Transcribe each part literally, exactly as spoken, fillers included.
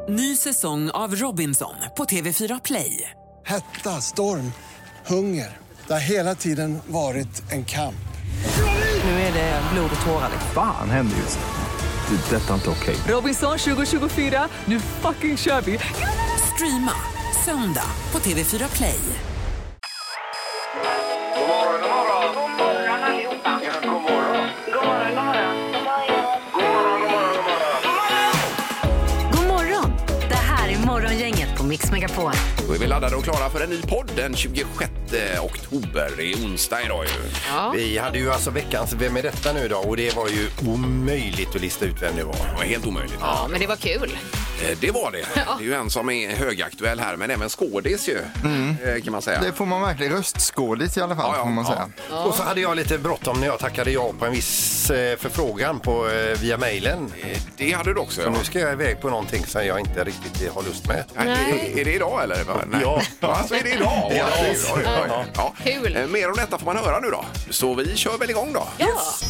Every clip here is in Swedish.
Ny säsong av Robinson på T V fyra Play. Hetta, storm, hunger. Det har hela tiden varit en kamp. Nu är det blod och tårar. Fan händer just det. Det är detta inte okej. Robinson tjugo tjugofyra, nu fucking kör vi. Streama söndag på T V fyra Play. God morgon, god morgon. God morgon allihopa. Ja, god morgon. God morgon, god morgon. God morgon, god morgon, god morgon. God morgon. Det här är Morgongänget på Mix Megapol. Då är vi laddade och klara för en ny podd den tjugosjätte oktober. Det är onsdag idag ju. Ja. Vi hade ju alltså veckans Vem är detta nu då? Och det var ju omöjligt att lista ut vem det var. Det var helt omöjligt. Ja, men det var kul. Det var det. Ja. Det är ju en som är högaktuell här, men även skådis ju, mm. kan man säga. Det får man verkligen, röstskådis i alla fall, ja, ja, får man säga. Ja. Och så hade jag lite bråttom när jag tackade ja på en viss eh, förfrågan på, eh, via mejlen. Det hade du också, så ja. nu ska jag iväg på någonting som jag inte riktigt har lust med. Nej. Är, är det idag eller? Nej. Ja. Ja, så är det idag. Ja, det är idag. Ja. Ja. Kul. Eh, mer om detta får man höra nu då. Så vi kör väl igång då. Ja. Yes.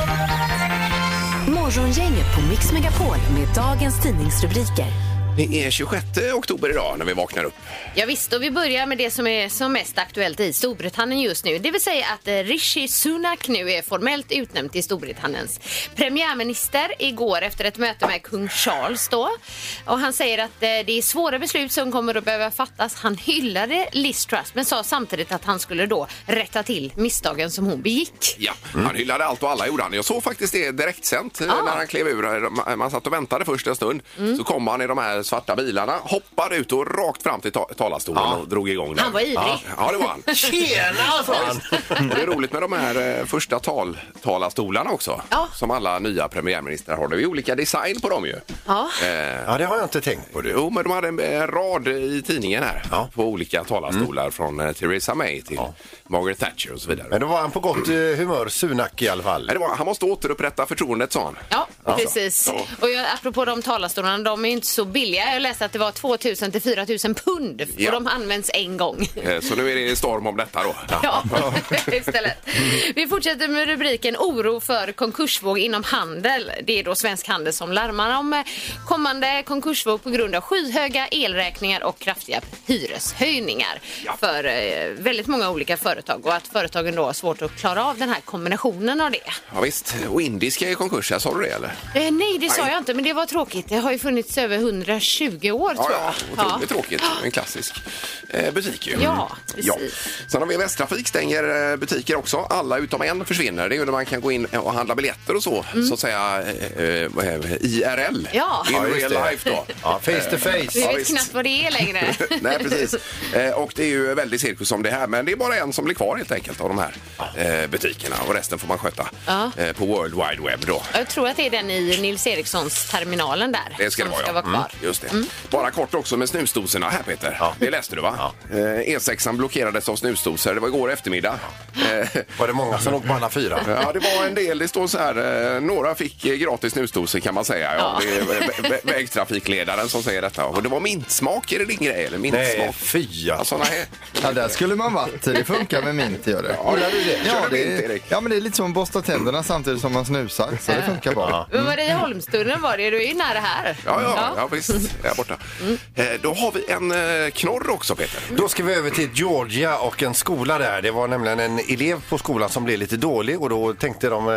Morgongänget på Mix Megapol med dagens tidningsrubriker. Det är tjugosjätte oktober idag när vi vaknar upp. Ja visst, och vi börjar med det som är som mest aktuellt i Storbritannien just nu. Det vill säga att Rishi Sunak nu är formellt utnämnd till Storbritanniens premiärminister igår efter ett möte med kung Charles då. Och han säger att det är svåra beslut som kommer att behöva fattas. Han hyllade Liz Truss men sa samtidigt att han skulle då rätta till misstagen som hon begick. Ja, mm. han hyllade allt och alla gjorde han. Jag såg faktiskt det direktsänt ah. när han klev ur. Man satt och väntade först en stund. Mm. Så kom han i de här svarta bilarna, hoppade ut och rakt fram till ta- talarstolen ja. och drog igång den. Han var ivrig. Ja, ja det var han. Tjena, fan! Det är roligt med de här eh, första tal- talarstolarna också. Ja. Som alla nya premiärministrar har. Det är olika design på dem ju. Ja. Eh, ja, det har jag inte tänkt på. Det. Jo, men de hade en, en rad i tidningen här. Ja. På olika talarstolar mm. från eh, Theresa May till ja. Margaret Thatcher och så vidare. Men då var han på gott eh, humör, Sunak i alla fall. Det var, han måste återupprätta förtroendet, sa han. Ja, ja. precis. Ja. Och jag, apropå de talarstolarna, de är inte så billiga. Jag läste att det var tvåtusen till fyratusen pund och ja. de används en gång. Så nu är det storm om detta då. Ja, istället. Vi fortsätter med rubriken oro för konkursvåg inom handel. Det är då Svensk Handel som larmar om kommande konkursvåg på grund av skyhöga elräkningar och kraftiga hyreshöjningar ja. för eh, väldigt många olika företag och att företagen då har svårt att klara av den här kombinationen av det. Ja visst, och indiska är konkurs, sa du det eller? Eh, nej, det sa nej. jag inte, men det var tråkigt. Det har ju funnits över hundratjugo år ja, tror jag. Ja, otroligt ja. tråkigt. En klassisk eh, butik ju. Ja, precis. Ja. Sen har vi Västtrafik stänger butiker också. Alla utom en försvinner. Det är ju när man kan gå in och handla biljetter och så. Mm. Så att säga eh, eh, I R L. Ja. In ja, real life då. Ja, face to face. Vi vet ja, knappt vad det är längre. Nej, precis. Eh, och det är ju väldigt cirkus som det här. Men det är bara en som blir kvar helt enkelt av de här eh, butikerna. Och resten får man sköta ja. eh, på World Wide Web då. Jag tror att det är den i Nils Erikssons terminalen där. Det ska som det vara, ska ja. vara kvar. Mm, just det. Mm. Bara kort också med snusdoserna här, Peter. Ja. Det läste du, va? Ja. Eh, E sexan blockerades av snusdoser. Det var igår eftermiddag. Eh, var det många som låg på alla fyra? Ja, det var en del. Det står så här, eh, några fick gratis snusdoser kan man säga. Ja, ja. Det är vä- vä- vägtrafikledaren som säger detta. Och det var mintsmak, är det din grej? Eller mintsmak? Nej, fy. Ja, såna här. Ja, där skulle man varit. Det funkar med mint, gör det. Ja, gillar du det? Ja, det är, ja, men det är lite som att borsta tänderna samtidigt som man snusar. Så det funkar bra. Men var det i Holmstunden var det? Du är ju nära här. Ja, ja, ja. ja visst. Jag är borta. Mm. Eh, då har vi en eh, knorr också, Peter. Då ska vi över till Georgia och en skola där. Det var nämligen en elev på skolan som blev lite dålig och då tänkte de,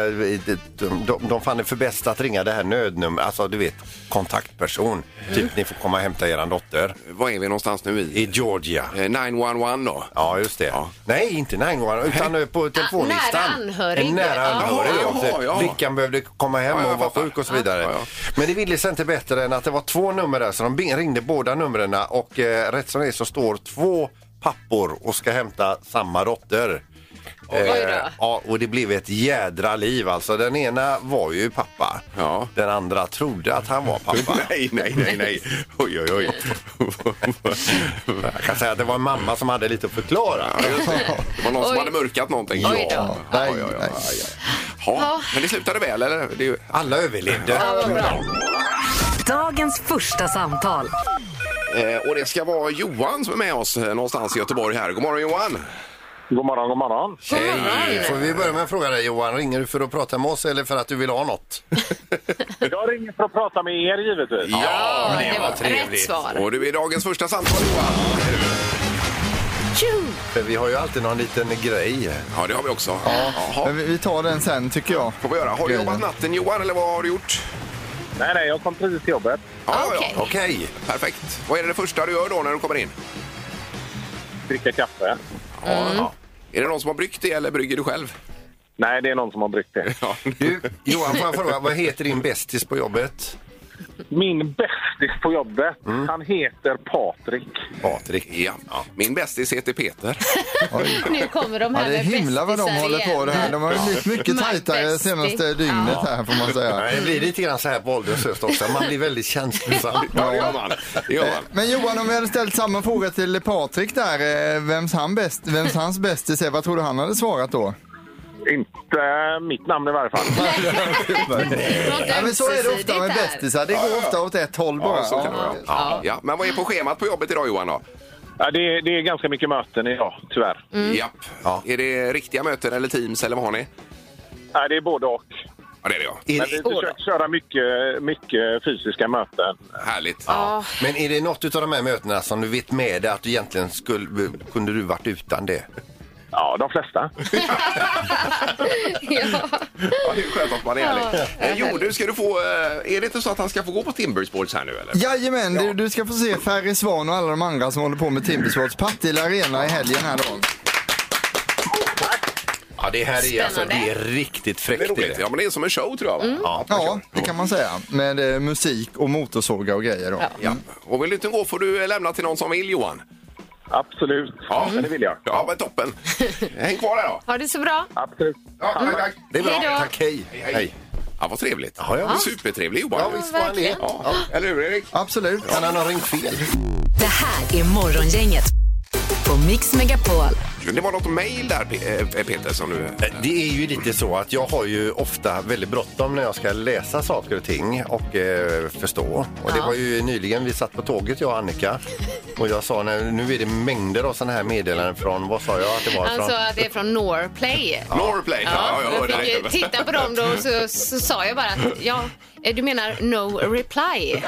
de, de, de fann det för bäst att ringa det här nödnummer, alltså du vet, kontaktperson. Mm. Typ, ni får komma och hämta eran dotter. Var är vi någonstans nu i? I Georgia. Eh, nio ett ett då? Ja, just det. Ja. Nej, inte nio ett ett utan på telefonlistan. Ah, nära anhörig. En nära anhörig. Jaha, jaha, ja. Flickan behövde komma hem ja, och var sjuk och så vidare. Ja, ja. Men det ville sig inte bättre än att det var två nummer där, så de ringde båda numren och eh, rätt som det är så står två pappor och ska hämta samma dotter. Eh, ja, och det blev ett jädra liv. Alltså, den ena var ju pappa. Ja. Den andra trodde att han var pappa. nej, nej, nej, nej. Oj, oj, oj. Jag kan säga att det var en mamma som hade lite att förklara. Ja, just det. Det var någon som oj. hade mörkat någonting. Oj då. Ja. Nej, oj, oj, oj. nej. Ja, ja. Men det slutade väl, eller? Det är ju... Alla överlevde. Ja, dagens första samtal. Eh, och det ska vara Johan som är med oss någonstans i Göteborg här. God morgon, Johan. God morgon, god morgon. Hej! Får vi börja med att fråga dig, Johan, ringer du för att prata med oss eller för att du vill ha något? Jag ringer för att prata med er givetvis. Ja, det, det var trevligt. Rätt svar. Och du är dagens första samtal, Johan. För vi har ju alltid någon liten grej. Ja, det har vi också. Ja. Men vi tar den sen, tycker jag. Får vi göra. Har du jobbat natten, Johan, eller vad har du gjort? Nej, nej, jag kom precis till jobbet. Ja, Okej. ja. Okej. Perfekt. Vad är det första du gör då när du kommer in? Dricka kaffe. Ja. Ja. Är det någon som har bryggt det eller brygger du själv? Nej, det är någon som har bryggt det. Ja. Du, Johan, får jag fråga, vad heter din bästis på jobbet? Min bästis på jobbet, han heter Patrik. Patrik. Ja. Min bästis heter Peter. Nu kommer de här Ja, det är med himla vad de bästisar håller på igen. det här. De har ju blivit mycket My tajtare bestie. senaste dygnet här, får man säga. Det blir lite grann så här på ålderns höst också. Man blir väldigt känslosam. Ja, det gör man. Det gör man. Men Johan, om vi hade ställt samma fråga till Patrik där, eh, vems, han bäst, vems hans bästis är, vad tror du han hade svarat då? Inte mitt namn i varje fall. Ja, men så är det ofta med bästisar, det går ofta åt ett håll bara. Ja, så kan det vara. Ja. Ja. Men vad är på schemat på jobbet idag, Johan, då? Ja, det, är, det är ganska mycket möten idag, tyvärr. Japp. Ja. Är det riktiga möten eller Teams, eller vad har ni? Ja, det är både och. Ja, det är det, ja. Är Men vi det, försöker köra mycket, mycket fysiska möten. Härligt. Ja. men är det något av de här mötena som du vet med dig att du egentligen skulle, kunde du varit utan det? Ja, de flesta. Ja. Ja, det är skönt att man är ärlig. Ja. Eh, Jo, du ska du få... eh, Är det inte så att han ska få gå på Timbersports här nu, eller? Jajamän, du, du ska få se Ferry Svan och alla de andra som håller på med Timbersports Partille Arena i helgen här då. Ja, det här är, alltså, Spännande. det är riktigt Det är fräckt. roligt. Ja, men det är som en show, tror jag, va? Ja. Ja, det kan man säga. Med eh, musik och motorsågar och grejer då. Ja. Och vill du inte gå får du eh, lämna till någon som vill, Johan. Absolut. Ja, det vill jag. Ja, men toppen. Häng kvar där då. Ha det så bra. Absolut. Ja, tack, tack. Det är bra. Hej då. Tack, hej. Hej, hej. Ja, vad trevligt. Ja, ja. Supertrevlig, Johan. Ja, visst var han det. verkligen. Ja, eller hur, Erik? Absolut. Kan han ha ringt fel? Det här är Morgongänget på Mix Megapol. Det var något mejl där, Pe- eh, Peter, som du... Det är ju lite så att jag har ju ofta väldigt bråttom när jag ska läsa saker och ting och eh, förstå. Och det var ju nyligen vi satt på tåget, jag och Annika. Och jag sa, när, nu är det mängder av sådana här meddelanden från, vad sa jag att det var? Han Från? sa att det är från Norplay. Norplay. Ja, Ja, jag jag hörde fick ju det. titta på dem då och så, så sa jag bara att ja, du menar no reply.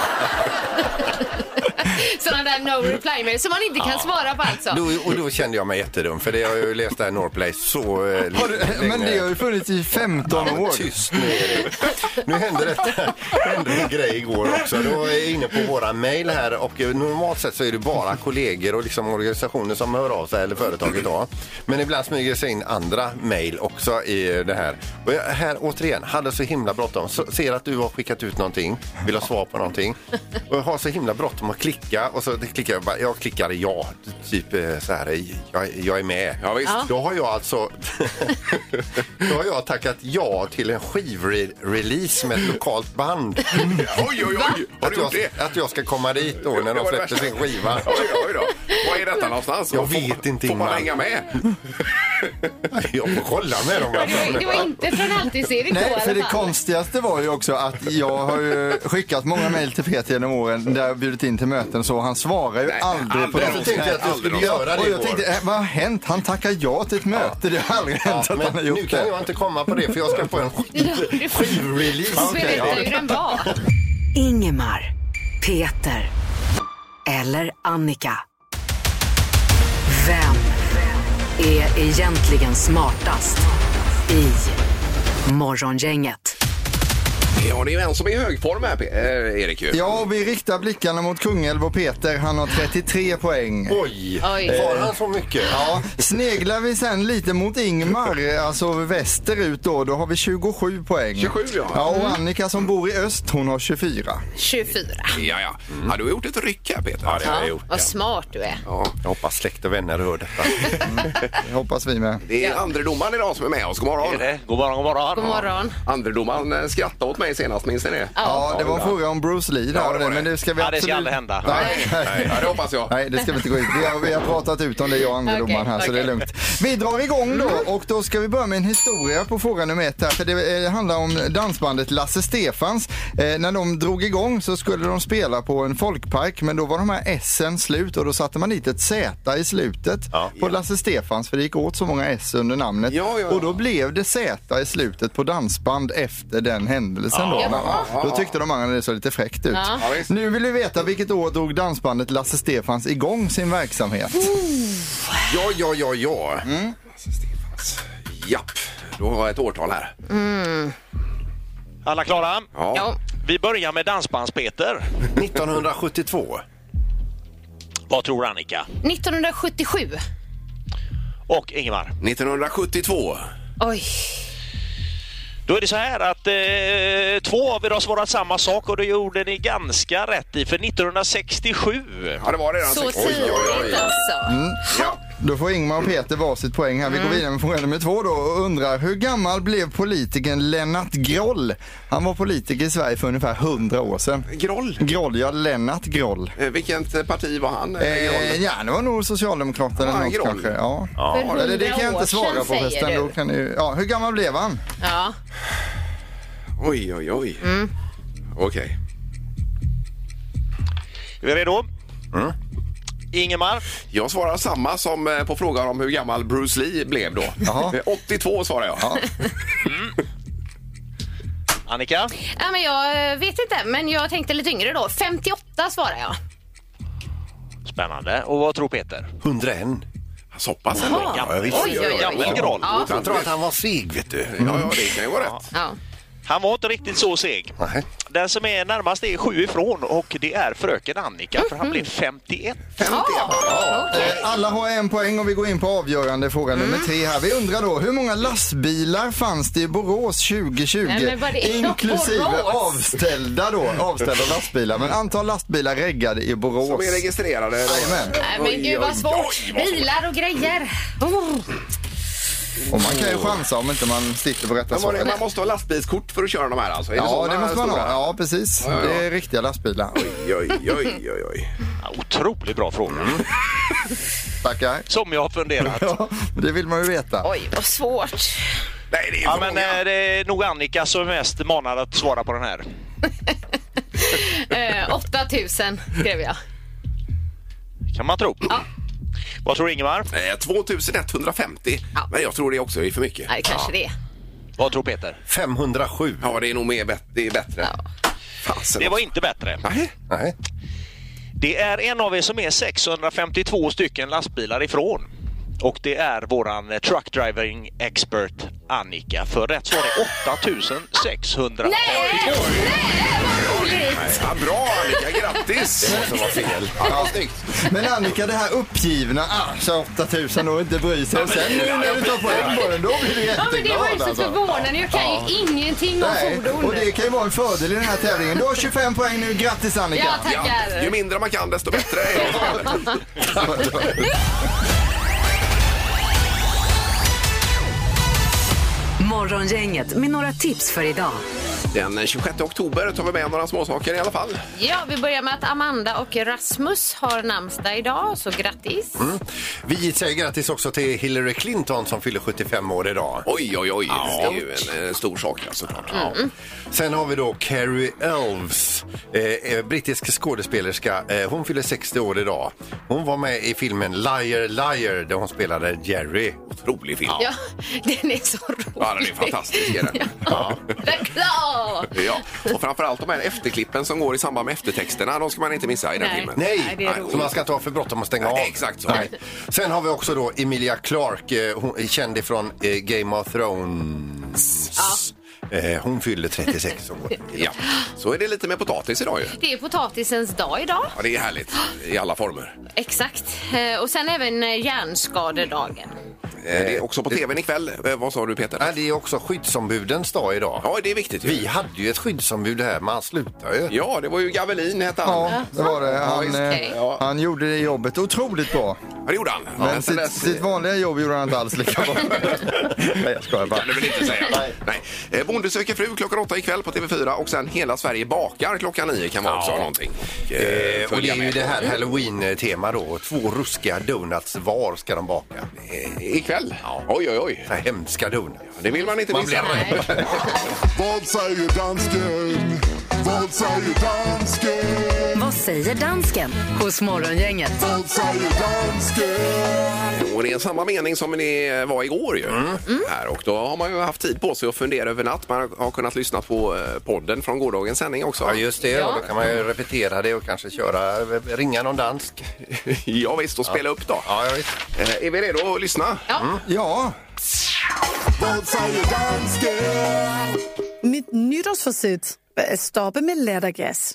Sådana där no reply mail som man inte kan svara på alltså. Då, och då kände jag mig jättedum, för det jag har ju läst det här Norplay så eh, Har du, men det har ju funnits i femton år. Tyst nu, Erik. Nu hände detta hände en grej igår också. Då är jag inne på våra mejl här och eh, normalt sett så är det bara kollegor och liksom organisationer som hör av sig eller företaget då. Men ibland smyger sig in andra mejl också i det här. Och jag, här återigen hade så himla bråttom. Så, ser att du har skickat ut någonting, vill ha svar på någonting. Och jag har så himla bråttom att klicka och så klickar jag bara, jag klickar ja, typ eh, så här, jag, jag är med. Ja, visst. Då har jag alltså då har jag tackat ja till en skivrelease med ett lokalt band. Oj, oj, oj. Har Att du gjort jag, det? att jag ska komma dit då när Det de var det släpper värsta. sin skiva. Oj, oj då. Vad är detta någonstans? Jag Får- vet inte, Får man Ingmar. hänga med? Jag får kolla med dem. Det var, det var inte från Alltid-Erik då i Nej, för det alla fall. konstigaste var ju också att jag har ju skickat många mejl till Peter genom åren där jag bjudit in till möten så han svarar ju Nej, aldrig på aldrig. dem. Jag tänkte att du skulle Aldrig. göra det Och jag igår. tänkte, eh, vad har hänt? Han tackar ja till ett möte. Det har aldrig hänt Ja, att han har men gjort nu kan det. jag inte komma på det för jag ska på en skiv- skivrelease. Berätta hur den var. Ingemar, Peter eller Annika. Vem är egentligen smartast i Morgongänget? Ja, det är ju en som är i hög form här, Pe- eh, Erik. Ju. Ja, och vi riktar blickarna mot Kungälv och Peter. Han har trettiotre poäng. Oj, Oj. har han så mycket? Ja, sneglar vi sen lite mot Ingmar, alltså västerut då, då har vi tjugosju poäng. tjugosju, ja. Ja, och Annika som bor i öst, hon har tjugofyra. tjugofyra. Ja, ja. Ja, du har gjort ett ryck här, Peter. Ja, det har jag Ja, gjort. vad smart du är. Ja. Jag hoppas släkt och vänner hör detta. Det hoppas vi med. Det är andredomaren idag som är med oss. God morgon. God morgon, god morgon. God morgon. Andredomaren eh, skrattade åt mig mig senast, minns ni det? Ja, det var en fråga om Bruce Lee där, Ja, det var det. men det ska vi Ja, det absolut... ska aldrig hända. Nej, Nej, ja, det hoppas jag. Nej, det ska vi inte gå ut. Vi har, vi har pratat ut om det, jag och andra Okej, domaren här, så okej. det är lugnt. Vi drar igång då, och då ska vi börja med en historia på fråga nummer ett här, för det eh, handlar om dansbandet Lasse Stefans. Eh, när de drog igång så skulle de spela på en folkpark, men då var de här S-en slut och då satte man dit ett Z i slutet Ja. på Lasse Stefans, för det gick åt så många S under namnet. Ja, ja, ja. Och då blev det Z i slutet på dansband efter den händelsen då. Ja. Då tyckte de andra det så lite fräckt ut. Ja. Ja, visst. Nu vill vi veta vilket år drog dansbandet Lasse Stefans igång sin verksamhet. Ja, ja, ja, ja. Mm. Stefans. Japp, då har jag ett årtal här. Alla klara? Ja. Ja. Vi börjar med Dansbands-Peter. nittonhundrasjuttiotvå. Vad tror Annika? nittonhundrasjuttiosju. Och Ingemar? nittonhundrasjuttiotvå. Oj. Då är det så här att eh, två av er har svarat samma sak och det gjorde ni ganska rätt i, för nittonhundrasextiosju. Ja, det var redan Så sex- Oj, tidigt oj, oj. alltså. Ja. Då får Ingmar och Peter varsitt poäng här. Vi går vidare med fråga nummer två då och undrar, hur gammal blev politikern Lennart Groll? Han var politiker i Sverige för ungefär hundra år sedan. Groll. Groll, ja, Lennart Groll. Eh, vilket parti var han? Eh, Eh, Groll? ja, det var nog Socialdemokraterna eller Ja, något Groll. kanske. Ja. För Eller det kan jag hundra inte år svara sedan, på säger förresten. du. Då kan ni, ja, hur gammal blev han? Ja. Oj, oj, oj. Okej. Är vi redo? Ingemar? Jag svarar samma som eh, på frågan om hur gammal Bruce Lee blev då. Jaha. Eh, åttiotvå svarar jag. Ja. Annika? Ja, men jag vet inte, men jag tänkte lite yngre då. femtioåtta svarar jag. Spännande. Och vad tror Peter? hundraen. Så pass ändå. Jaha. Ja, visst. Oj, oj, oj. Gammal Groll. Ja. Jag tror att han var seg, vet du. Ja, ja, det kan ju vara rätt. Ja. Han var inte riktigt så seg. Nej. Den som är närmast är sju ifrån och det är fröken Annika, för han blev femtioett. Ja. Eh, Alla har en poäng och vi går in på avgörande fråga nummer tre här. Vi undrar då, hur många lastbilar fanns det i Borås tjugo tjugo? Nej, men vad det är Inklusive Borås. avställda då, avställda lastbilar. Men antal lastbilar reggade i Borås. Som är registrerade. Jajamän. Nej, men gud vad svårt. Bilar och grejer. Oh. Och man kan ju chansa om inte man sitter på rätta Men var det, svaret. man måste ha lastbilskort för att köra de här alltså? Är Ja, såna det måste man ha. stora? Ja, precis. Ja, ja, ja. Det är riktiga lastbilar. Oj, oj, oj, oj, oj. Ja, otroligt bra fråga. Tackar. Som jag har funderat. Ja, det vill man ju veta. Oj, vad svårt. Nej, det är Ja, för men många. eh, det är nog Annika som är mest manad att svara på den här. Eh, åtta tusen skrev jag. Kan man tro. Ja. Vad tror Ingemar? Eh, tvåtusenetthundrafemtio. Ja. Men jag tror det också är för mycket. Nej, kanske det. Vad tror Peter? femhundrasju. Ja, det är nog mer bet- det är bättre. Ja. Fasen Det var också. inte bättre. Nej. Nej. Det är en av er som är sexhundrafemtiotvå stycken lastbilar ifrån. Och det är våran eh, truck driving expert Annika. För rätt svar är åtta tusen sexhundrafemtiotvå. Ja, bra Annika, grattis! Det måste vara fel. Ja, snyggt. Men Annika, det här uppgivna, ah, så åtta tusen och inte bry sig. Och sen nu när du tar poäng på den, då blir du Ja, men det var ju jätteglad så alltså. förvånande. Jag kan ju ingenting om Nej, fordon. och det kan ju vara en fördel i den här tävlingen. Du har tjugofem poäng nu, grattis Annika! Ja, tackar. Ja, ju mindre man kan desto bättre. Morgongänget med några tips för idag. Den tjugosjätte oktober tar vi med några småsaker i alla fall. Ja, vi börjar med att Amanda och Rasmus har namnsdag idag, så grattis. Mm. Vi säger grattis också till Hillary Clinton som fyller sjuttiofem år idag. Oj, oj, oj. Det är ju en eh, stor sak ja, såklart. Ja. Sen har vi då Carrie Elves, eh, eh, brittisk skådespelerska. Eh, hon fyller sextio år idag. Hon var med i filmen Liar Liar där hon spelade Jerry. Otrolig film. Ja, den är så rolig. Ja, den är fantastisk. Är den. Ja. Reklam! Ja, och framförallt de här efterklippen som går i samband med eftertexterna, de ska man inte missa i den Nej. filmen. Nej, Nej, det är roligt. så man ska inte ha för bråttom att stänga av. Nej, exakt så. Nej. Sen har vi också då Emilia Clarke, eh, hon är känd ifrån eh, Game of Thrones. Eh, hon fyller trettiosex år. Ja, så är det lite med potatis idag ju. Det är potatisens dag idag. Ja, det är härligt i alla former. Exakt. Eh, Och sen även eh, hjärnskadedagen. Eh, Det är också på tvn ikväll. Eh, Vad sa du Peter? Nej, det är också skyddsombudens dag idag. Ja, det är viktigt ju. Vi hade ju ett skyddsombud här, men han slutar ju. Ja, det var ju Gavelin hette han. Ja, det var det. Han, okej. eh, han gjorde det jobbet otroligt bra. Ja, det gjorde han. Men Men sen sitt, dess- sitt vanliga jobb gjorde han inte alls lika bra. Nej, jag skojar bara. kan du väl inte säga. Nej. Nej. Eh, Bonde söker fru klockan åtta ikväll på T V fyra och sen Hela Sverige bakar klockan nio kan vara också någonting. Och, eh, Eh, och det följa är ju med. det här Halloween-tema då. Två ruskiga donuts var ska de baka. Eh, ikväll? Ja. Oj, oj, oj. Så här hemska donuts. Det vill man inte Man missa. blir rädd. Vad säger dansken? Vad säger dansken? Vad säger dansken hos Morgongänget? Vad säger dansken? Och det är samma mening som det var igår ju. Här. Och då har man ju haft tid på sig att fundera över natt. Man har kunnat lyssna på eh, podden från gårdagens sändning också. Ja, just det. Och då kan man ju repetera det och kanske köra, ringa någon dansk. Ja visst, och spela upp då. Ja, ja visst. Eh, är vi redo att lyssna? Ja. Ja, Vad säger dansken? Mitt nytårsforsæt er at stoppe med lattergas.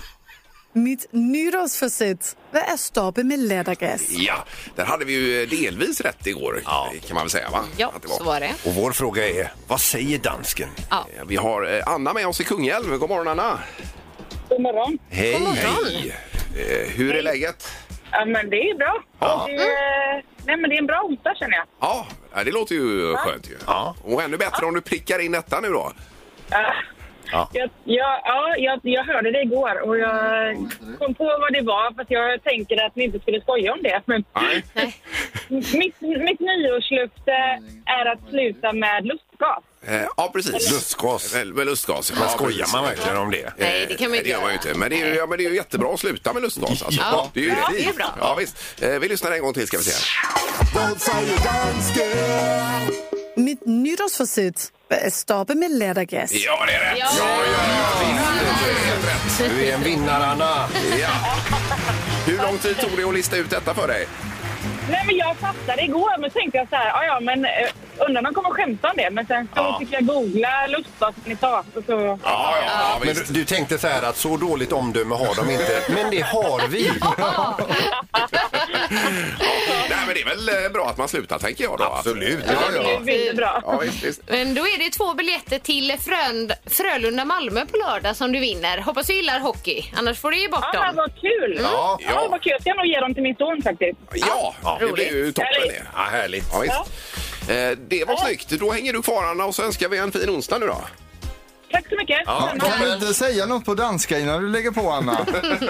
Mitt nytårsforsæt er at stoppe med lattergas. Ja, där hade vi ju delvis rätt igår kan man väl säga va? Ja, Att det så var det. Och vår fråga är, vad säger dansken? Ja. Eh, Vi har eh, Anna med oss i Kungälv. God morgon Anna. God morgon. Hej! Hej. Eh, hur är läget? Ja, men det är bra. Ja. Det är, nej, men det är en bra onsdag känner jag. Ja, det låter ju skönt ju. Ja. Och ännu bättre om du prickar in detta nu då. Ja. Ja. Jag, jag, ja, jag, jag hörde det igår och jag kom på vad det var för att jag tänker att vi inte skulle skoja om det. Men Nej. mitt, mitt nyårslöfte är att sluta med lustgas. Eh, ja, precis. Lustgas. Med, med lustgas. Men skojar man verkligen om det? Nej, det kan man Eh, inte det gör man ju göra. inte. Men det är ju, ja, men det är ju jättebra att sluta med lustgas. Alltså. Ja. Det är ju Ja, det. det är bra. Ja, visst. Eh, vi lyssnar en gång till ska vi se. Vad säger dansken? Mit nytårsforsæt er at stoppe med lattergas. Ja, det är rätt. Ja. ja, ja. Visst, det är helt rätt. Du är en vinnare, Anna. Ja. Hur lång tid tog det att lista ut detta för dig? Nej, men jag fattade igår men tänkte jag så här, ja, ja men eh, undrar om de kommer skämta om det. Men sen så Ja. fick jag googla lustgasen i tak och så... Ja, ja, ja Men visst. du, du tänkte så här att så dåligt omdöme har de inte. Men det har vi. Ja. Nej, men det är väl eh, bra att man slutar, tänker jag då. Absolut. Ja, Det ja. är väldigt bra. Ja, visst, visst. Men då är det två biljetter till Frön, Frölunda-Malmö på lördag som du vinner. Hoppas du gillar hockey, annars får du ge bort Ja, men dem. vad kul! Ja. Ja, vad kul. Jag ska nog ge dem till min son faktiskt. Ja, det blir ju toppen det. Ja, härligt. Ja, visst. Eh, det var snyggt. Då hänger du kvar Anna och så önskar vi en fin onsdag nu då. Tack så mycket. ja kan du inte säga något på danska innan du lägger på, Anna?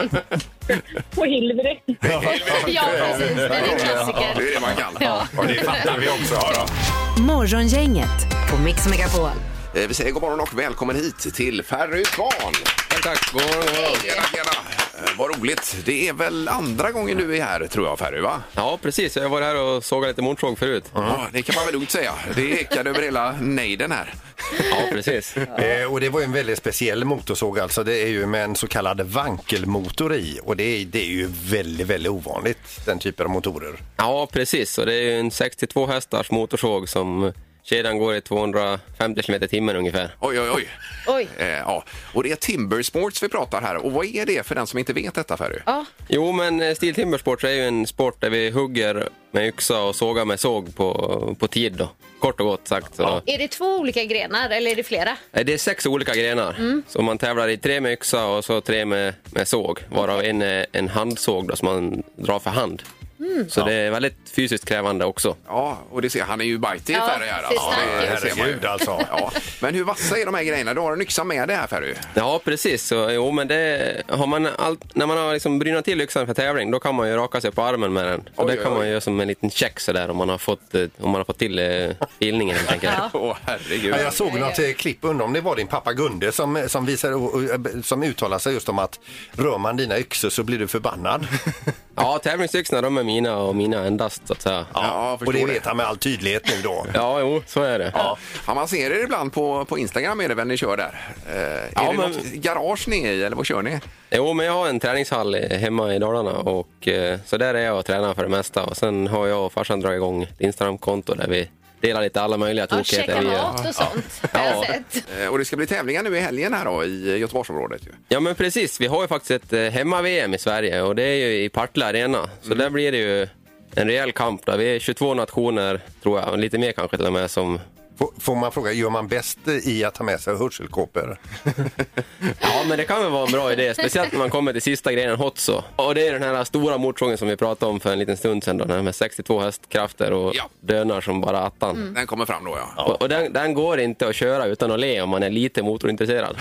På Hilveri. Ja, precis. Det är en klassiker. Det är det man kan. Ja. Och det fattar vi också. Ja, då. Morgongänget på Mix Megapol. Eh, vi säger god morgon och välkommen hit till Ferry Svan. Tack, tack. God morgon, god morgon. Tjena, tjena. Eh, vad roligt. Det är väl andra gången du är här, tror jag, Ferry, va? Ja, precis. Jag har varit här och sågat lite motorsåg förut. Ja, det kan man väl lugnt säga. Det ekade över hela nejden här. Ja, precis. Eh, och det var ju en väldigt speciell motorsåg alltså. Det är ju med en så kallad vankelmotor i. Och det är, det är ju väldigt, väldigt ovanligt, den typen av motorer. Ja, precis. Och det är ju en sextiotvå hästars motorsåg som kedjan går i tvåhundrafemtio kilometer i timmen ungefär. Oj, oj, oj. Oj. Eh, ja. Och det är Timber Sports vi pratar här. Och vad är det för den som inte vet detta, Ferry? Ja. Jo, men eh, Steel Timber Sports är ju en sport där vi hugger med yxa och sågar med såg på, på tid då. Kort och gott sagt. Så. Är det två olika grenar eller är det flera? Eh, Det är sex olika grenar. Så man tävlar i tre med yxa och så tre med, med såg. Varav en är en handsåg då, som man drar för hand. Så det är väldigt fysiskt krävande också. Ja, och det ser han är ju bajtig Ja, Ferry här. ser Alltså. stark ut. ser man ju. Herregud, alltså. Ja. Men hur vassa är de här grejerna? Du har en yxa med det här, Ferry. Ja, precis. Så, jo, men det har man allt, när man har liksom brynat till yxan för tävling, då kan man ju raka sig på armen med den. Så Oj, det kan oj, man oj. ju göra som en liten check så där om man har fått, eh, om man har fått till eh, filningen helt enkelt. Ja. Åh, herregud. Ja, jag såg något eh, klipp, undrar om det var din pappa Gunde som, som, visade, och- och- som uttalar sig just om att rör man dina yxor så blir du förbannad. Ja, tävlingsyxorna de är mina och mina endast så att säga. Ja, jag och förstår det det. vet han med all tydlighet nu då. Ja, jo, så är det. Ja. Ja, man ser det ibland på, på Instagram är det väl ni kör där. Eh, är Ja, det men- något garage ni är i eller vad kör ni? Jo, men jag har en träningshall i- hemma i Dalarna och eh, så där är jag och tränar för det mesta. Och sen har jag och farsan dragit igång ett Instagram-konto där vi delar lite alla möjliga Ja, tokigheter. checka Vi gör. mat och sånt har jag Ja. sett. Eh, och det ska bli tävlingar nu i helgen här då i Göteborgsområdet ju. Ja, men precis. Vi har ju faktiskt ett eh, hemma-V M i Sverige och det är ju i Partille Arena. Så där blir det ju en rejäl kamp där. Vi är tjugotvå nationer, tror jag, och lite mer kanske till och med, som Får, får man fråga, gör man bäst i att ta med sig hörselkåpor? Ja, men det kan väl vara en bra idé. Speciellt när man kommer till sista grejen, Hotso. Och det är den här stora motorsågen som vi pratade om för en liten stund sedan. Då, den med sextiotvå hästkrafter och ja. dönar som bara attan. Mm. Den kommer fram då, ja. Och, och den, den går inte att köra utan att le om man är lite motorintresserad.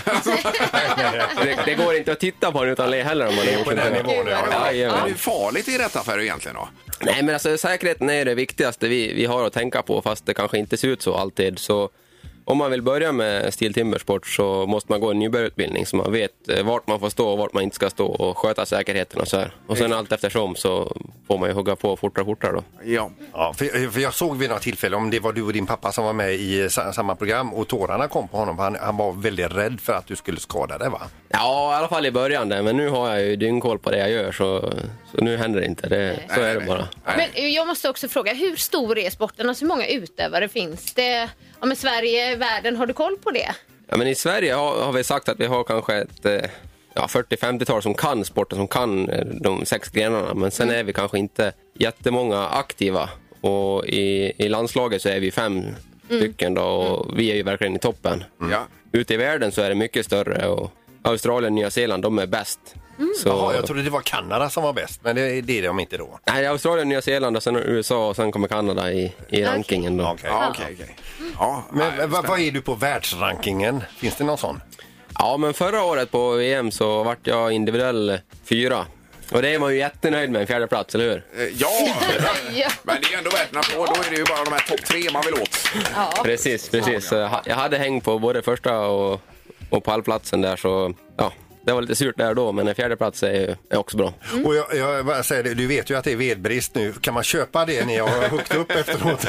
det, det går inte att titta på den utan att le heller om man är motorintresserad. Ja, ja. Men hur farligt är detta för egentligen då? Nej, men alltså säkerheten är det viktigaste vi, vi har att tänka på, fast det kanske inte ser ut så alltid. Så om man vill börja med Steel Timbersport så måste man gå en nybörjarutbildning så man vet vart man får stå och vart man inte ska stå och sköta säkerheten och så här. Och sen allt eftersom så får man ju hugga på fortare och fortare då. Ja, ja för, för jag såg vid något tillfälle, om det var du och din pappa som var med i samma program och tårarna kom på honom, han, han var väldigt rädd för att du skulle skada dig, va? Ja, i alla fall i början där, men nu har jag ju dyngkoll på det jag gör så, så nu händer det inte, det, så är det bara. Men jag måste också fråga, hur stor är sporten? Alltså hur många utövare finns det? Ja, men Sverige, världen, har du koll på det? Ja, men i Sverige har, har vi sagt att vi har kanske ett ja, fyrtio-femtio-tal som kan sporten, som kan de sex grenarna, men sen är vi kanske inte jättemånga aktiva. Och i, i landslaget så är vi fem mm. stycken då, och mm. vi är ju verkligen i toppen. Mm. Ja. Ute i världen så är det mycket större och Australien och Nya Zeeland, de är bäst. Mm. Så... Jaha, jag trodde det var Kanada som var bäst, men det, det är de inte då. Nej, Australien, Nya Zeeland och sen U S A och sen kommer Kanada i, i rankingen då. Okay. Ja, okay, okay. Ja, men nej, vad, vad är du på världsrankingen? Finns det någon sån? Ja, men förra året på V M så vart jag individuell fyra. Och det är man ju jättenöjd med, en fjärde plats, eller hur? Ja, men det är ändå värt att på. Då är det ju bara de här topp tre man vill åt. Ja. Precis, precis. Jag hade häng på både första och, och pallplatsen där, så ja. Det var lite surt där då, men en fjärde plats är, är också bra. Mm. Och jag, jag bara säger det, du vet ju att det är vedbrist nu. Kan man köpa det ni har huggit upp efteråt?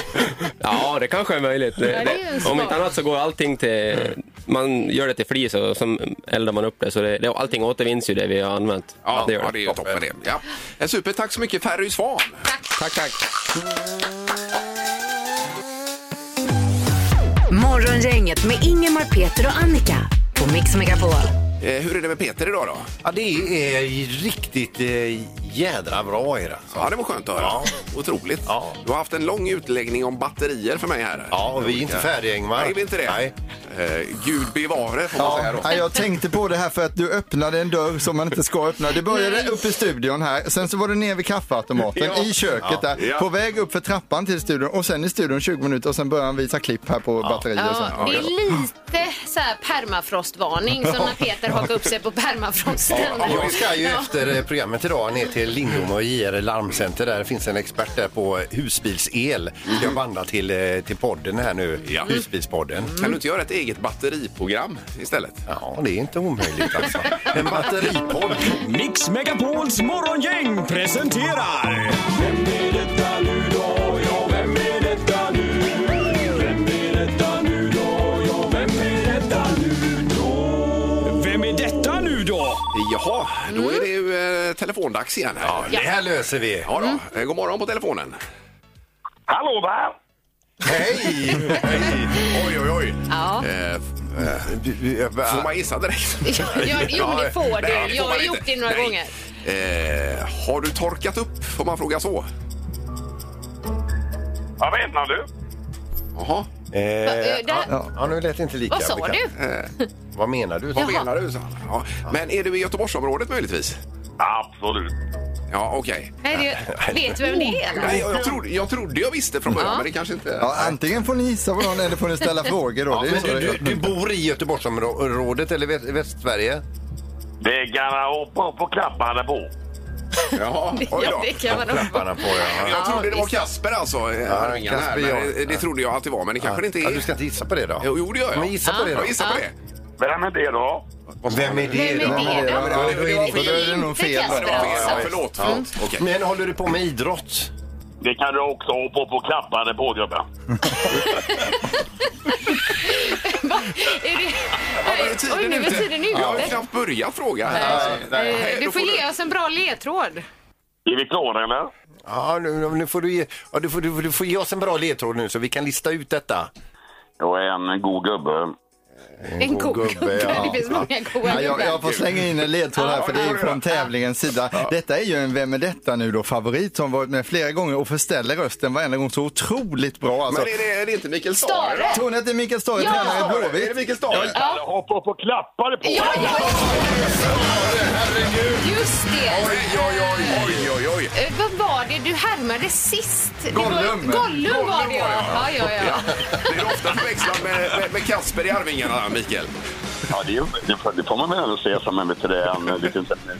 Ja, det kanske är möjligt. Det, det, om inte annat så går allting till... Man gör det till flis och så eldar man upp det. Så det, det, allting återvinns ju det vi har använt. Ja, det, ja, det är ju toppen det. Ja. Super, tack så mycket Ferry Svan. Tack, tack. tack. Morgongänget med Ingemar, Peter och Annika på Mix Megapol. Eh, hur är det med Peter idag då? Ja, det är riktigt eh, jädra bra är det. Alltså. Ja, det var skönt att höra. Ja. Otroligt. Ja. Du har haft en lång utläggning om batterier för mig här. Ja, och vi är inte färdiga, Ingmar. Nej, vi är inte det. Nej. Eh, Gud bevare, får ja. man säga då. Ja, jag tänkte på det här för att du öppnade en dörr som man inte ska öppna. Det började upp i studion här. Sen så var du ner vid kaffeautomaten ja. i köket ja. där. Ja. På väg upp för trappan till studion. Och sen i studion tjugo minuter och sen börjar han visa klipp här på ja. batterier. Och så. Ja, det är lite så här permafrostvarning som när Peter hakar upp sig på permafrosten. Ja, jag ska ju efter programmet idag ner till Lindom och J R Larmcenter. Där finns en expert där på husbilsel. Mm. Jag vandrar till, till podden här nu, ja. husbilspodden. Mm. Kan du inte göra ett eget batteriprogram istället? Ja, det är inte omöjligt alltså. En batteripodd. Mix Megapols morgongäng presenterar... Vem är detta nu då? Ja, vem är detta nu? Vem är detta nu då? Ja, vem är detta nu då? Vem är detta nu då? Jaha, då är det ju eh, telefondags igen här. Ja, det här löser vi. Ja då. Mm. God morgon på telefonen. Hallå där! Hej! Hej! Oj, oj, oj. Ja. Eh, eh, får man gissa direkt? Ja, jo, det får du. Nej, jag har gjort det några Nej. gånger. Eh, har du torkat upp, får man fråga så? Vad menar du? Jaha. Eh, ja, ja, nu lät det inte lika. Vad sa du? Eh, vad menar du? Vad menar du? Ja. Men är du i Göteborgsområdet möjligtvis? Absolut. Ja, okej. Okay. Vet du vem det är? Nej, jag, jag, trodde, jag trodde jag visste från början, ja. men det kanske inte... Ja, antingen får ni gissa vad eller får ni ställa frågor då. Ja, det är men så du, det du, du bor i Göteborgsområdet eller väst, Västsverige? Det kan jag hoppa på klapparna på. Jaha, oj då. Ja, det kan man klapparna på, ja. Jag trodde det var Kasper alltså. Ja, Kasper, här, men det trodde jag alltid var, men det kanske ja. inte är... Ja, du ska inte gissa på det då? Jo, jo det gör jag. Men gissa på det då. Jag gissar på det. Vem är det då? Vem är det då? Vem är det då? Ja, det, det, det, då är det nog fel. Kasper, ja, alltså. ja, förlåt, förlåt. Ja. Okay. Men håller du på med idrott? Det kan du också hoppa på klapparna på, gubben. Är det... Ja, är tiden Oj, nu är tiden ute. Jag har knappt börjat fråga här. Nej. Nej. Du får ge oss en bra ledtråd. Är vi klara eller? Ja, nu, nu får du, ge, ja, du, får, du, du får ge oss en bra ledtråd nu så vi kan lista ut detta. Jag är en god gubbe. En ko gubbe, ja. Det finns många goa Ja, jag, gubbar. jag får slänga in en ledtråd här, Ja, för det är ju ja, från ja. tävlingens sida. Detta är ju en Vem är detta nu då favorit som varit med flera gånger och förställer rösten varenda gång så otroligt bra. Alltså. Men är det, är det inte Mikael Stare? Stare. Tror ni att det är Mikael Stare, Ja! tränare i Är det Blåvitt? Mikael Stare? Jag hoppade upp och klappade på. Ja, ja, Herregud! just det. Oj, oj, oj, oj, oj, oj. Eh, vad var det du härmade sist? Det var- Gollum. Gollum var det, ja. Ja, ja, ja. Det är ofta förväxlat med, med, med Kasper i Arvingarna, Mikael. Ja, det, är, det, får, det får man väl ändå se som en, vet du, det, en liten en, en,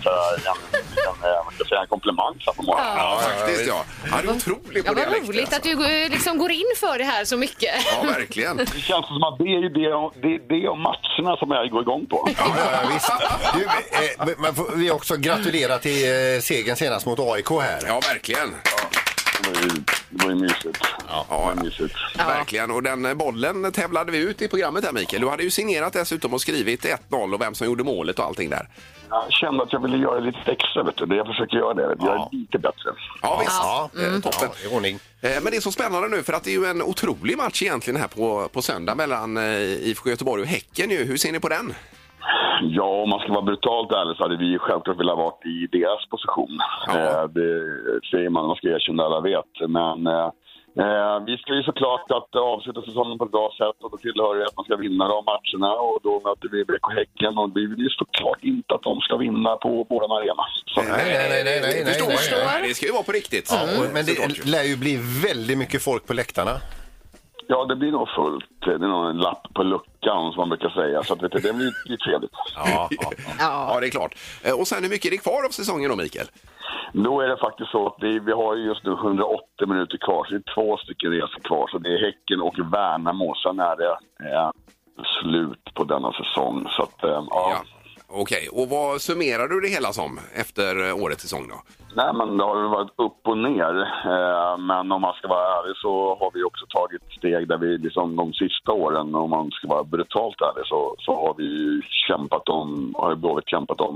en, en, en komplimang. Så på morgonen. Ja, faktiskt ja. Han är otrolig på Ja, vad dialekt, roligt alltså. att du eh, liksom går in för det här så mycket. Ja, verkligen. Det känns som att det är ju det, det, det och matcherna som jag går igång på. Ja, ja, visst. Du, eh, man får, vi också gratulera till eh, segern senast mot A I K här. Ja, verkligen. Det var ju, det var ju mysigt. Ja, Det var mysigt. verkligen. Och den bollen tävlade vi ut i programmet här, Mikael. Du hade ju signerat dessutom och skrivit ett noll och vem som gjorde målet och allting där. Jag kände att jag ville göra lite extra, vet du. Det jag försöker göra det. Jag är lite bättre. Ja, visst. Ja, Eh, toppen. ja, i ordning. Eh, Men det är så spännande nu för att det är ju en otrolig match egentligen här på, på söndag mellan eh, I F K Göteborg och Häcken ju. Hur ser ni på den? Ja, om man ska vara brutalt ärlig så hade vi självklart velat vara i deras position. Ja. Eh, det säger man, man ska erkänna, alla vet. Men eh, eh, vi ska ju såklart att avsluta säsongen på ett bra sätt och då tillhör det att man ska vinna de matcherna och då möter vi B K Häcken och vi vill ju såklart inte att de ska vinna på vår arena. Så, Nej, nej, nej, nej, nej, Förstår nej, jag. nej. Nej, det ska ju vara på riktigt. Ja, och- men Såklart det ju. lär ju bli väldigt mycket folk på läktarna. ja, det blir nog fullt. Det är nog en lapp på luckan som man brukar säga. Så att, vet du, det blir ju trevligt. Ja, ja, ja. Ja, det är klart. Eh, Och sen hur mycket är det kvar av säsongen då, Mikael? Då är det faktiskt så att det, vi har ju just nu hundraåttio minuter kvar, så det är två stycken resor kvar. Så det är Häcken och Värnamo, sen är det eh, slut på denna säsong. Så att, eh, ja. Ja. Okej, och vad summerar du det hela som efter eh, årets säsong då? Nej, men det har ju varit upp och ner. Eh, men om man ska vara ärlig så har vi också tagit steg där vi liksom de sista åren, om man ska vara brutalt ärlig, så, så har vi ju kämpat om, har Blåvitt kämpat om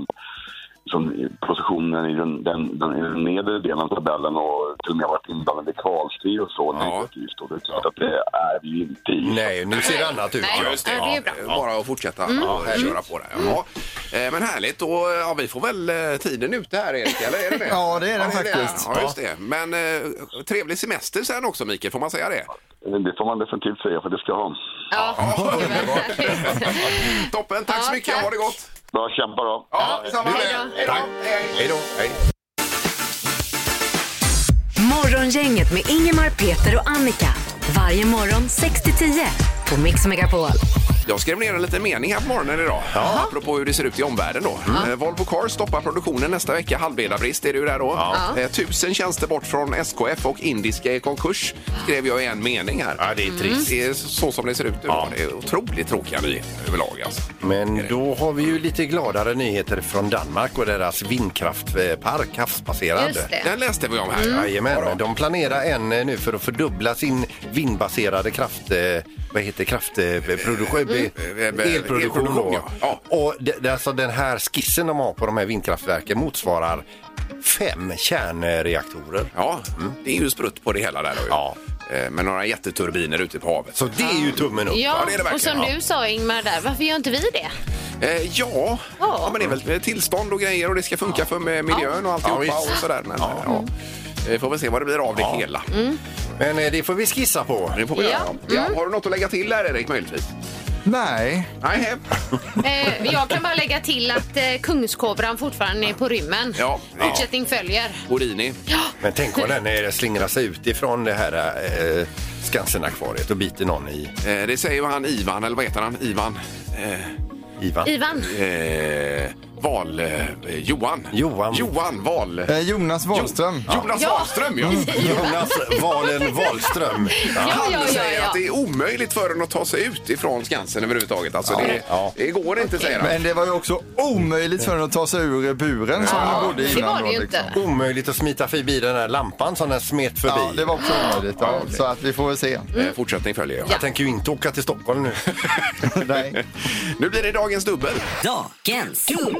som positionen i den, den, den, i den nedre delen av tabellen och till och med varit inblandade i kvalstrid och så negativt. Och det är klart att det är vi ju inte i. Nej, nu ser det annat ut. Nej, Ja, just det. ja, det är bra. Ja, bara att fortsätta och köra på det. Ja. Eh, Men härligt. Och ja, vi får väl eh, tiden ute här, Erik, eller är det det? Ja, det är den faktiskt. Ja, just det. Men eh, trevlig semester sen också, Mikael, får man säga det? Det får man definitivt säga, för det ska jag ha. Ja, det är väl härligt. Toppen, tack så Ja, mycket. tack. Ha det gott. Bra, kämpa då. Ja, detsamma. Hej då. Hej då. Hej. Hej då. Hej. Morgongänget med Ingemar, Peter och Annika. Varje morgon sex till tio på Mix Megapol. Jag skrev ner en liten mening här på morgonen idag. Ja. Apropå hur det ser ut i omvärlden då. Mm. Eh, Volvo Cars stoppar produktionen nästa vecka. Halvledarbrist är det ju där då. Ja. Eh, tusen tjänster bort från S K F och Indiska i konkurs. Skrev jag i en mening här. Ja, det är trist. Det är så som det ser ut nu. Ja. Det är otroligt tråkiga nyheter överlag alltså. Men då har vi ju lite gladare nyheter från Danmark och deras vindkraftpark, havsbaserad. Just det. Den läste vi om här. Mm. Jajamän, de planerar en eh, nu för att fördubbla sin vindbaserade kraft, eh, vad heter kraftproduktion, Mm. elproduktion. Elproduktion, då. ja. Och det, det, alltså den här skissen de har på de här vindkraftverken motsvarar fem kärnreaktorer. Ja, det är ju sprutt på det hela där då ju. Ja. Eh, Med några jätteturbiner ute på havet. Så det är ju tummen upp. Ja, Ja, det är det och som verkligen, du sa, Ingmar, där, varför gör inte vi det? Eh, ja. ja, men det är väl tillstånd och grejer och det ska funka för med miljön och alltihopa Ja, visst. och sådär. Men, ja. Ja. Vi får väl se vad det blir av det hela. Men eh, det får vi skissa på. Det får vi Ja. göra. Ja. Har du något att lägga till där, Erik, möjligtvis? Nej. Nej. Eh, jag kan bara lägga till att eh, Kungskobran fortfarande är på rymmen. Ja. Fortsättning följer. Houdini. Men tänk om den eh, slingrar sig ut ifrån det här eh, Skansen-akvariet och biter någon i Eh, det säger ju han Ivan, eller vad heter han? Ivan. Eh, Ivan. Ivan. eh, Val... Eh, Johan. Johan. Johan Val... Eh, Jonas Wahlström. Jo, Jonas Ja. Wahlström, ja. Jonas Valen Wahlström. Ja, Han ja, ja, säger ja. att det är omöjligt för en att ta sig ut ifrån Skansen överhuvudtaget. Alltså, Ja. det, Ja. det går inte, säger han. Men det var ju också omöjligt för den att ta sig ur buren som den bodde det innan. var det ju då, inte. liksom. Omöjligt att smita förbi den här lampan som den smet förbi. Ja, det var också omöjligt. Ja. Så att vi får väl se. Eh, Fortsättning följer. Jag tänker ju inte åka till Stockholm nu. Nej. Nu blir det dagens dubbel. Dagens dubbel.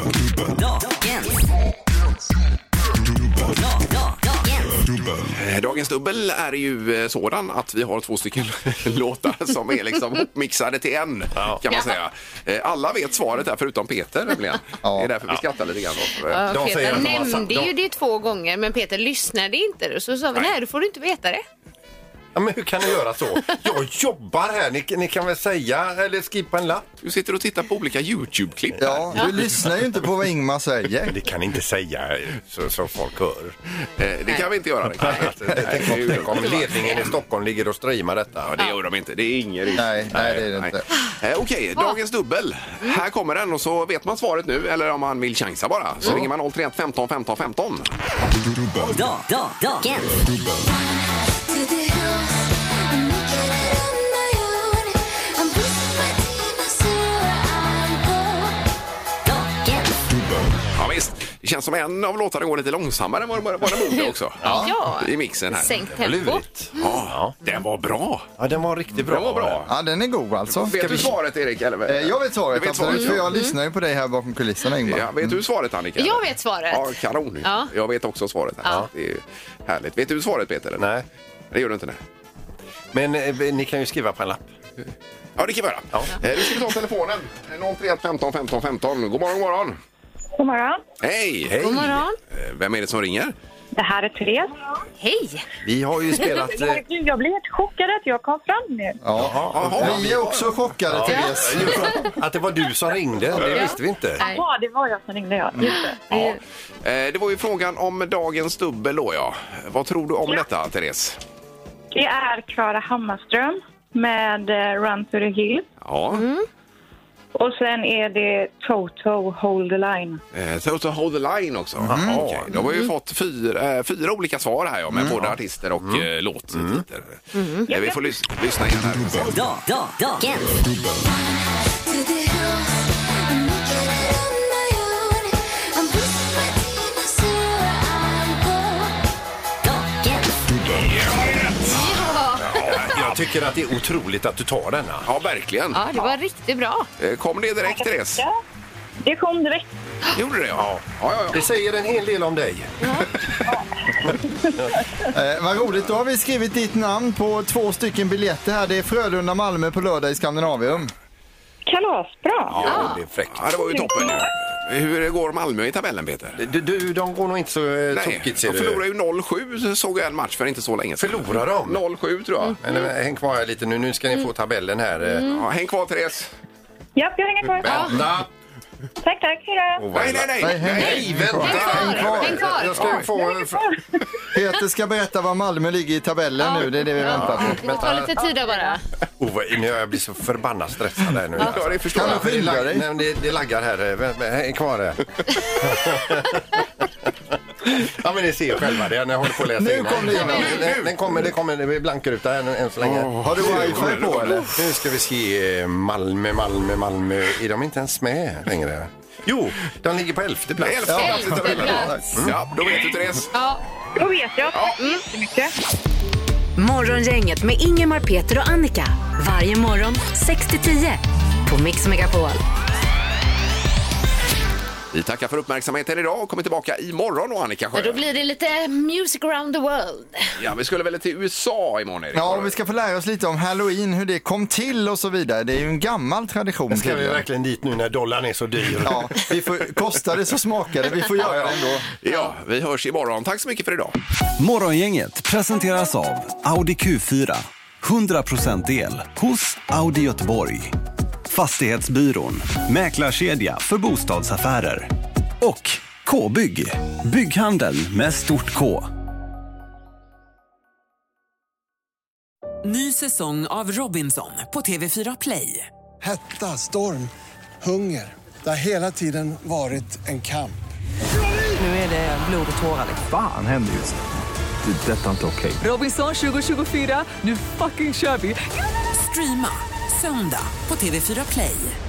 Dagens. Da- da- Dagens. Eh, Dagens dagens dubbel är ju eh, sådan att vi har två stycken låtar som är liksom mixade till en, ja. kan man säga. Eh, alla vet svaret där förutom Peter, nämligen. Ja. Det är därför vi skrattar lite grann. Ja, de Peter nämnde de... ju det två gånger, men Peter lyssnade inte. Så sa vi, nej, nej, då får du inte veta det. Ja, men hur kan ni göra så? Jag jobbar här, ni, ni kan väl säga eller skippa en lapp. Du sitter och tittar på olika YouTube-klipp. Ja, du ja. lyssnar ju inte på vad Ingmar säger. Det kan inte säga så, så folk hör. Eh, det kan vi inte göra. Tänk om, tänk om ledningen i Stockholm ligger och streamar detta. Ja, det gör de inte. Det är ingen risk. Nej, nej, det är det inte. Eh, Okej, okay, dagens dubbel. Mm. Här kommer den och så vet man svaret nu, eller om man vill chansa bara. Så mm. ringer man noll tre ett femton femton femton. Da, da, dagens dubbel. Ja, visst. Det känns som en av låtarna går lite långsammare än vad det borde också. Ja. I mixen här. Sänkt tempo. Ja, den var bra. Ja, den var riktigt bra. Den var bra. Ja, den är god alltså. Vet du svaret, Erik? Eller? Eh, jag vet svaret, vet absolut. svaret. För jag lyssnar ju på dig här bakom kulisserna, Ingmar. Ja, vet du svaret, Annika? Jag vet svaret. Ja, kanon. Ja. Jag vet också svaret. Här. Ja. Det är härligt. Vet du svaret, Peter? Eller? Nej. Det gör du inte, nej. Men eh, ni kan ju skriva på en lapp. Ja, det kan vi göra. Ja. Eh, nu ska vi ta telefonen. noll tre ett femton femton femton. God morgon, god morgon. God morgon. Hej. Hej. God morgon. Vem är det som ringer? Det här är Therese. Hej. Vi har ju spelat... Jag blir helt chockad att jag kom fram nu. Ja, Jaha. Vi är också chockade, ja. Therese. Att det var du som ringde, det ja. visste vi inte. Ja, det var jag som ringde, ja. Just det. Ja. Det var ju frågan om dagens dubbel då, ja. Vad tror du om ja. detta, Therese? Det är Klara Hammarström med Run to the Hill. Ja. Mm. Och sen är det Toto Hold the Line. Eh, Toto Hold the Line också. Mm. Okay. Då har vi ju fått fyra, äh, fyra olika svar här ja, med mm. både artister och mm. äh, låttitlar. Mm. Eh, vi får lys lyssna igen här. Da, da, dagens dubbel. Jag tycker att det är otroligt att du tar denna. Ja, verkligen. Ja, det var riktigt bra. Kom det direkt, Therese? Det kom direkt. Gjorde det, ja. Ja, ja, ja. Det säger en hel del om dig. Ja. eh, vad roligt, då har vi skrivit ditt namn på två stycken biljetter här. Det är Frölunda Malmö på lördag i Skandinavium. Kalasbra. Ja, ja. Det är fräckt. Ja, det var ju toppen nu. Hur går Malmö i tabellen, Peter? Du, du, de går nog inte så eh, tokigt, ser de förlorade ju noll sju, såg jag en match för inte så länge sedan. Förlorar de? noll sju tror jag. Mm. Men, häng kvar här lite nu, nu ska ni få tabellen här. Mm. Ja, häng kvar, Therese. Ja, jag hänger kvar. Vänta. Tack, tack. Hejdå. Oh, nej, nej, nej. Nej, häng, nej, vänta. Häng kvar. Häng kvar. Jag ska få... Peter ska berätta var Malmö ligger i tabellen ja. nu. Det är det vi ja. väntar på. Det tar lite tid då bara. Oh, nu jag blir så förbannat stressad här nu. Ja, alltså. det förstår kan jag. du skilja dig? Nej, det, det laggar här. Häng kvar här. Ja, men ni ser själva det när jag håller på att läsa nu in. Kom det in. Den, den kommer, det kommer, det blir blankruta än, än så länge. Oh, har du wifi på eller? Nu ska vi se Malmö, Malmö, Malmö. Är de inte ens med längre? Jo, de ligger på elfte plats. Elfte ja, plats. elfte plats. Mm. Ja, då vet du, Therese. Ja. Då vet jag. Tack mm. jättemycket. Morgongänget med Ingemar, Peter och Annika. Varje morgon sex till tio på Mix Megapol. Vi tackar för uppmärksamheten idag och kommer tillbaka imorgon och Annika Sjö. Då blir det lite music around the world. Ja, vi skulle väl till U S A imorgon, Erik. Ja, och vi ska få lära oss lite om Halloween, hur det kom till och så vidare. Det är ju en gammal tradition. Ska vi verkligen dit nu när dollarn är så dyr? Ja, vi får, kostar det så smakar det. Vi får göra det ändå. Ja, vi hörs imorgon. Tack så mycket för idag. Morgongänget presenteras av Audi Q fyra. hundra procent el hos Audi Göteborg. Fastighetsbyrån, mäklarkedja för bostadsaffärer. Och K-bygg, bygghandel med stort K. Ny säsong av Robinson på T V fyra Play. Hetta, storm, hunger. Det har hela tiden varit en kamp. Nu är det blod och tårar. Fan händer just det. Det är detta inte okej. Robinson tjugo tjugofyra, nu fucking kör vi. Streama söndag på T V fyra Play.